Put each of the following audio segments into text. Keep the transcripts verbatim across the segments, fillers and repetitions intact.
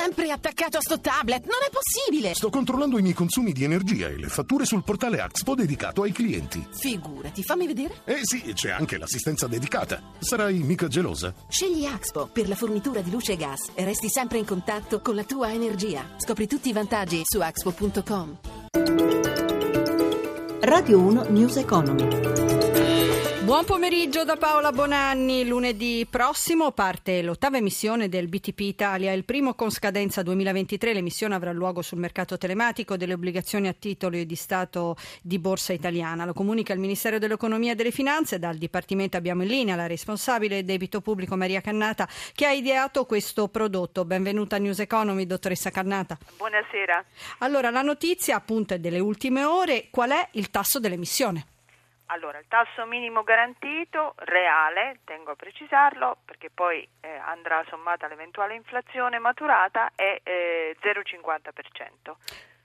sempre attaccato a sto tablet, non è possibile! Sto controllando i miei consumi di energia e le fatture sul portale Axpo dedicato ai clienti. Figurati, fammi vedere. Eh sì, c'è anche l'assistenza dedicata. Sarai mica gelosa? Scegli Axpo per la fornitura di luce e gas e resti sempre in contatto con la tua energia. Scopri tutti i vantaggi su axpo punto com. Radio uno News Economy. Buon pomeriggio da Paola Bonanni. Lunedì prossimo parte l'ottava emissione del B T P Italia, il primo con scadenza duemilaventitré. L'emissione avrà luogo sul mercato telematico delle obbligazioni a titolo di Stato di Borsa Italiana. Lo comunica il Ministero dell'Economia e delle Finanze. Dal Dipartimento abbiamo in linea la responsabile debito pubblico Maria Cannata, che ha ideato questo prodotto. Benvenuta a News Economy, dottoressa Cannata. Buonasera. Allora, la notizia appunto è delle ultime ore. Qual è il tasso dell'emissione? Allora, il tasso minimo garantito reale, tengo a precisarlo perché poi eh, andrà sommata l'eventuale inflazione maturata, è eh, zero virgola cinquanta per cento.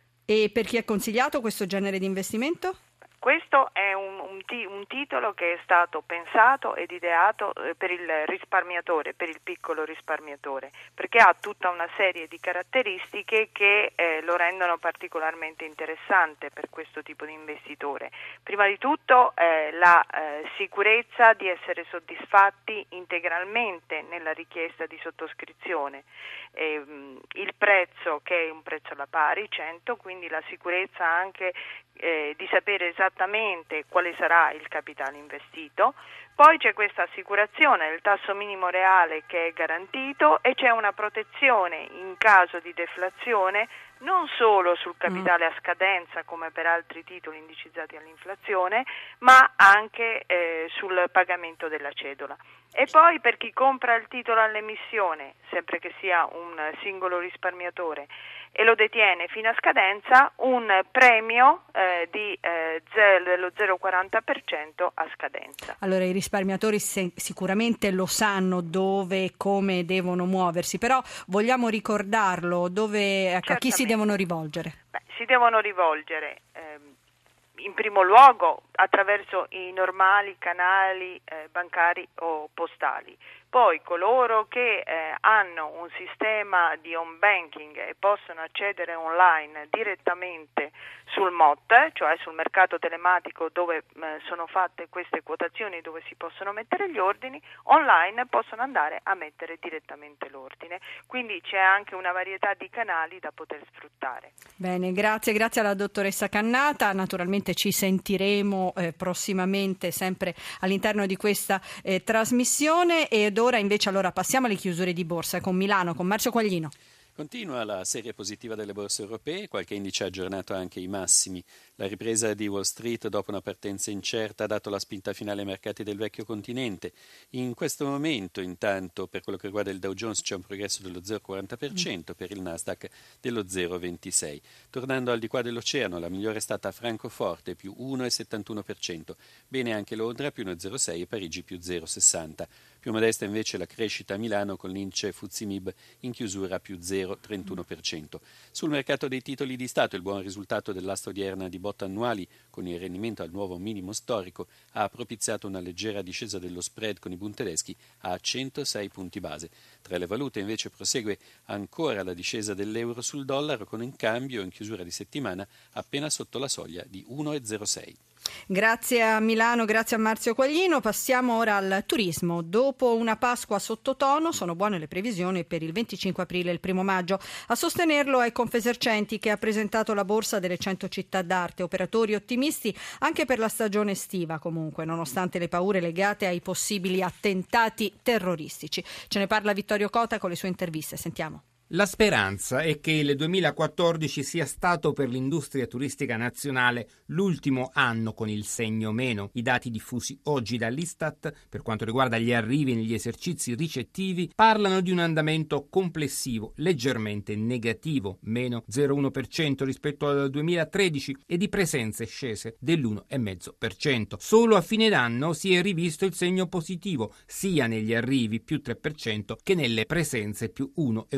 E per chi è consigliato questo genere di investimento? Questo è un, un, ti, un titolo che è stato pensato ed ideato eh, per il risparmiatore, per il piccolo risparmiatore, perché ha tutta una serie di caratteristiche che eh, lo rendono particolarmente interessante per questo tipo di investitore. Prima di tutto eh, la eh, sicurezza di essere soddisfatti integralmente nella richiesta di sottoscrizione, eh, il prezzo che è un prezzo alla pari, cento, quindi la sicurezza anche Eh, di sapere esattamente quale sarà il capitale investito. Poi c'è questa assicurazione del tasso minimo reale che è garantito e c'è una protezione in caso di deflazione non solo sul capitale a scadenza come per altri titoli indicizzati all'inflazione, ma anche eh, sul pagamento della cedola. E poi per chi compra il titolo all'emissione, sempre che sia un singolo risparmiatore, e lo detiene fino a scadenza, un premio eh, di, eh, zero, dello zero virgola quaranta per cento a scadenza. Allora i risparmiatori se, sicuramente lo sanno dove e come devono muoversi, però vogliamo ricordarlo, dove, ecco, a chi si devono rivolgere? Beh, si devono rivolgere ehm, in primo luogo attraverso i normali canali eh, bancari o postali. Poi coloro che eh, hanno un sistema di home banking e possono accedere online direttamente sul M O T, cioè sul mercato telematico dove eh, sono fatte queste quotazioni, dove si possono mettere gli ordini, online possono andare a mettere direttamente l'ordine. Quindi c'è anche una varietà di canali da poter sfruttare. Bene, grazie, grazie alla dottoressa Cannata. Naturalmente ci sentiremo eh, prossimamente sempre all'interno di questa eh, trasmissione. Ed ora invece allora passiamo alle chiusure di borsa con Milano, con Marzio Quaglino. Continua la serie positiva delle borse europee, qualche indice ha aggiornato anche i massimi. La ripresa di Wall Street dopo una partenza incerta ha dato la spinta finale ai mercati del vecchio continente. In questo momento, intanto, per quello che riguarda il Dow Jones c'è un progresso dello zero virgola quaranta per cento, per il Nasdaq dello zero virgola ventisei per cento. Tornando al di qua dell'oceano, la migliore è stata Francoforte, più uno virgola settantuno per cento. Bene anche Londra, più uno virgola zero sei per cento, e Parigi più zero virgola sessanta per cento. Più modesta invece la crescita a Milano con l'indice F T S E M I B in chiusura più zero virgola trentuno per cento. Sul mercato dei titoli di Stato il buon risultato dell'asta odierna di bot annuali con il rendimento al nuovo minimo storico ha propiziato una leggera discesa dello spread con i Bund tedeschi a centosei punti base. Tra le valute invece prosegue ancora la discesa dell'euro sul dollaro con un cambio in chiusura di settimana appena sotto la soglia di uno virgola zero sei. Grazie a Milano, grazie a Marzio Quaglino. Passiamo ora al turismo. Dopo una Pasqua sottotono sono buone le previsioni per il venticinque aprile e il primo maggio. A sostenerlo è Confesercenti, che ha presentato la borsa delle cento città d'arte. Operatori ottimisti anche per la stagione estiva, comunque, nonostante le paure legate ai possibili attentati terroristici. Ce ne parla Vittorio Cota con le sue interviste. Sentiamo. La speranza è che il duemilaquattordici sia stato per l'industria turistica nazionale l'ultimo anno con il segno meno. I dati diffusi oggi dall'Istat per quanto riguarda gli arrivi negli esercizi ricettivi parlano di un andamento complessivo leggermente negativo, meno zero virgola uno per cento rispetto al duemilatredici, e di presenze scese dell'uno virgola cinque per cento. Solo a fine d'anno si è rivisto il segno positivo sia negli arrivi più tre per cento che nelle presenze più uno virgola uno per cento.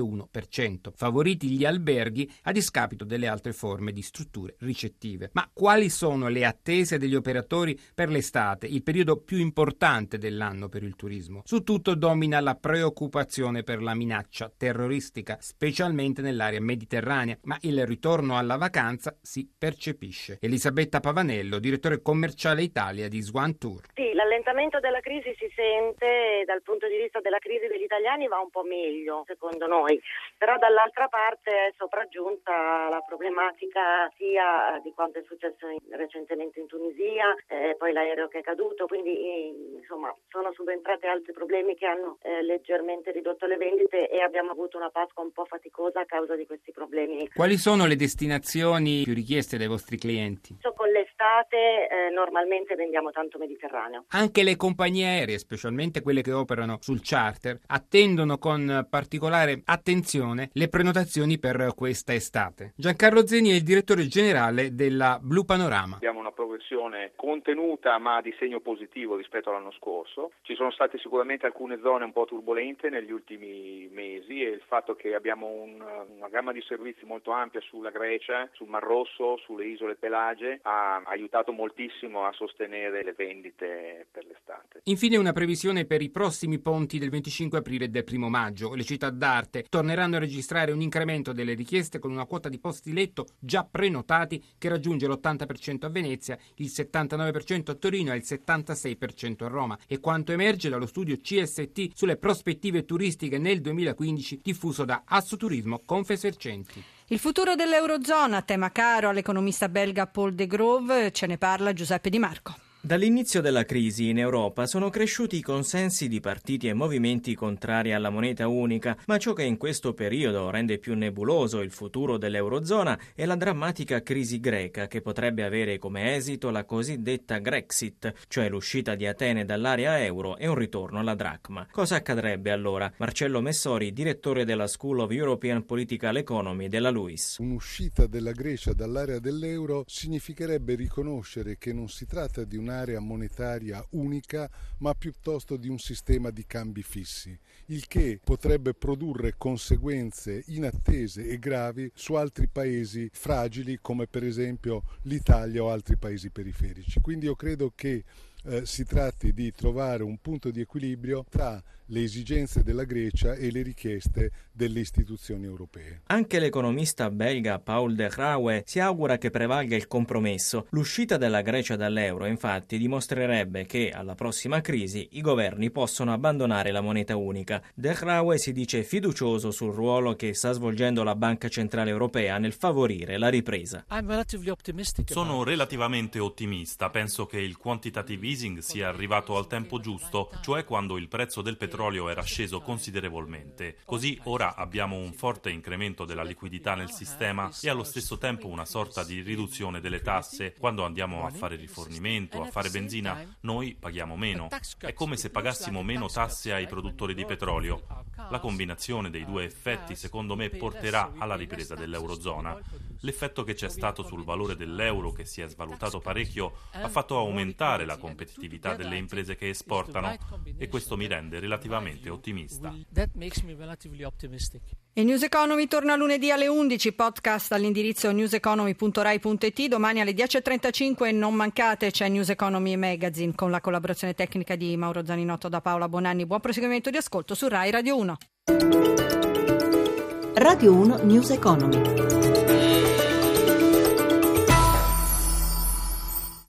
per cento, favoriti gli alberghi a discapito delle altre forme di strutture ricettive. Ma quali sono le attese degli operatori per l'estate, il periodo più importante dell'anno per il turismo? Su tutto domina la preoccupazione per la minaccia terroristica, specialmente nell'area mediterranea, ma il ritorno alla vacanza si percepisce. Elisabetta Pavanello, direttore commerciale Italia di Swan Tour. Sì, l'allentamento della crisi si sente, dal punto di vista della crisi degli italiani va un po' meglio, secondo noi, però dall'altra parte è sopraggiunta la problematica sia di quanto è successo in, recentemente in Tunisia, eh, poi l'aereo che è caduto, quindi eh, insomma sono subentrati altri problemi che hanno eh, leggermente ridotto le vendite e abbiamo avuto una Pasqua un po' faticosa a causa di questi problemi. Quali sono le destinazioni più richieste dai vostri clienti? Con l'estate eh, normalmente vendiamo tanto Mediterraneo. Anche le compagnie aeree, specialmente quelle che operano sul charter, attendono con particolare attenzione le prenotazioni per questa estate. Giancarlo Zeni è il direttore generale della Blue Panorama. Abbiamo una progressione contenuta ma di segno positivo rispetto all'anno scorso. Ci sono state sicuramente alcune zone un po' turbolente negli ultimi mesi e il fatto che abbiamo un, una gamma di servizi molto ampia sulla Grecia, sul Mar Rosso, sulle isole Pelagie ha aiutato moltissimo a sostenere le vendite per l'estate. Infine una previsione per i prossimi ponti del venticinque aprile e del primo maggio. Le città d'arte torneranno a registrare un incremento delle richieste con una quota di posti letto già prenotati che raggiunge l'ottanta per cento a Venezia, il settantanove per cento a Torino e il settantasei per cento a Roma. E quanto emerge dallo studio C S T sulle prospettive turistiche nel duemilaquindici diffuso da Assoturismo Confesercenti. Il futuro dell'Eurozona, tema caro all'economista belga Paul De Grove, ce ne parla Giuseppe Di Marco. Dall'inizio della crisi in Europa sono cresciuti i consensi di partiti e movimenti contrari alla moneta unica, ma ciò che in questo periodo rende più nebuloso il futuro dell'Eurozona è la drammatica crisi greca che potrebbe avere come esito la cosiddetta Grexit, cioè l'uscita di Atene dall'area euro e un ritorno alla dracma. Cosa accadrebbe allora? Marcello Messori, direttore della School of European Political Economy della LUIS. Un'uscita della Grecia dall'area dell'euro significherebbe riconoscere che non si tratta di una area monetaria unica, ma piuttosto di un sistema di cambi fissi, il che potrebbe produrre conseguenze inattese e gravi su altri paesi fragili come per esempio l'Italia o altri paesi periferici. Quindi io credo che eh, si tratti di trovare un punto di equilibrio tra le esigenze della Grecia e le richieste delle istituzioni europee. Anche l'economista belga Paul De Grauwe si augura che prevalga il compromesso. L'uscita della Grecia dall'euro, infatti, dimostrerebbe che alla prossima crisi i governi possono abbandonare la moneta unica. De Grauwe si dice fiducioso sul ruolo che sta svolgendo la Banca Centrale Europea nel favorire la ripresa. Sono relativamente ottimista. Penso che il quantitative easing sia arrivato al tempo giusto, cioè quando il prezzo del petrolio era sceso considerevolmente. Così ora abbiamo un forte incremento della liquidità nel sistema e allo stesso tempo una sorta di riduzione delle tasse. Quando andiamo a fare rifornimento, a fare benzina, noi paghiamo meno. È come se pagassimo meno tasse ai produttori di petrolio. La combinazione dei due effetti, secondo me, porterà alla ripresa dell'Eurozona. L'effetto che c'è stato sul valore dell'euro, che si è svalutato parecchio, ha fatto aumentare la competitività delle imprese che esportano e questo mi rende relativamente ottimista. E News Economy torna lunedì alle undici, podcast all'indirizzo newseconomy punto rai punto it. Domani alle dieci e trentacinque non mancate, c'è News Economy Magazine con la collaborazione tecnica di Mauro Zaninotto da Paola Bonanni. Buon proseguimento di ascolto su Rai Radio uno. Radio uno News Economy.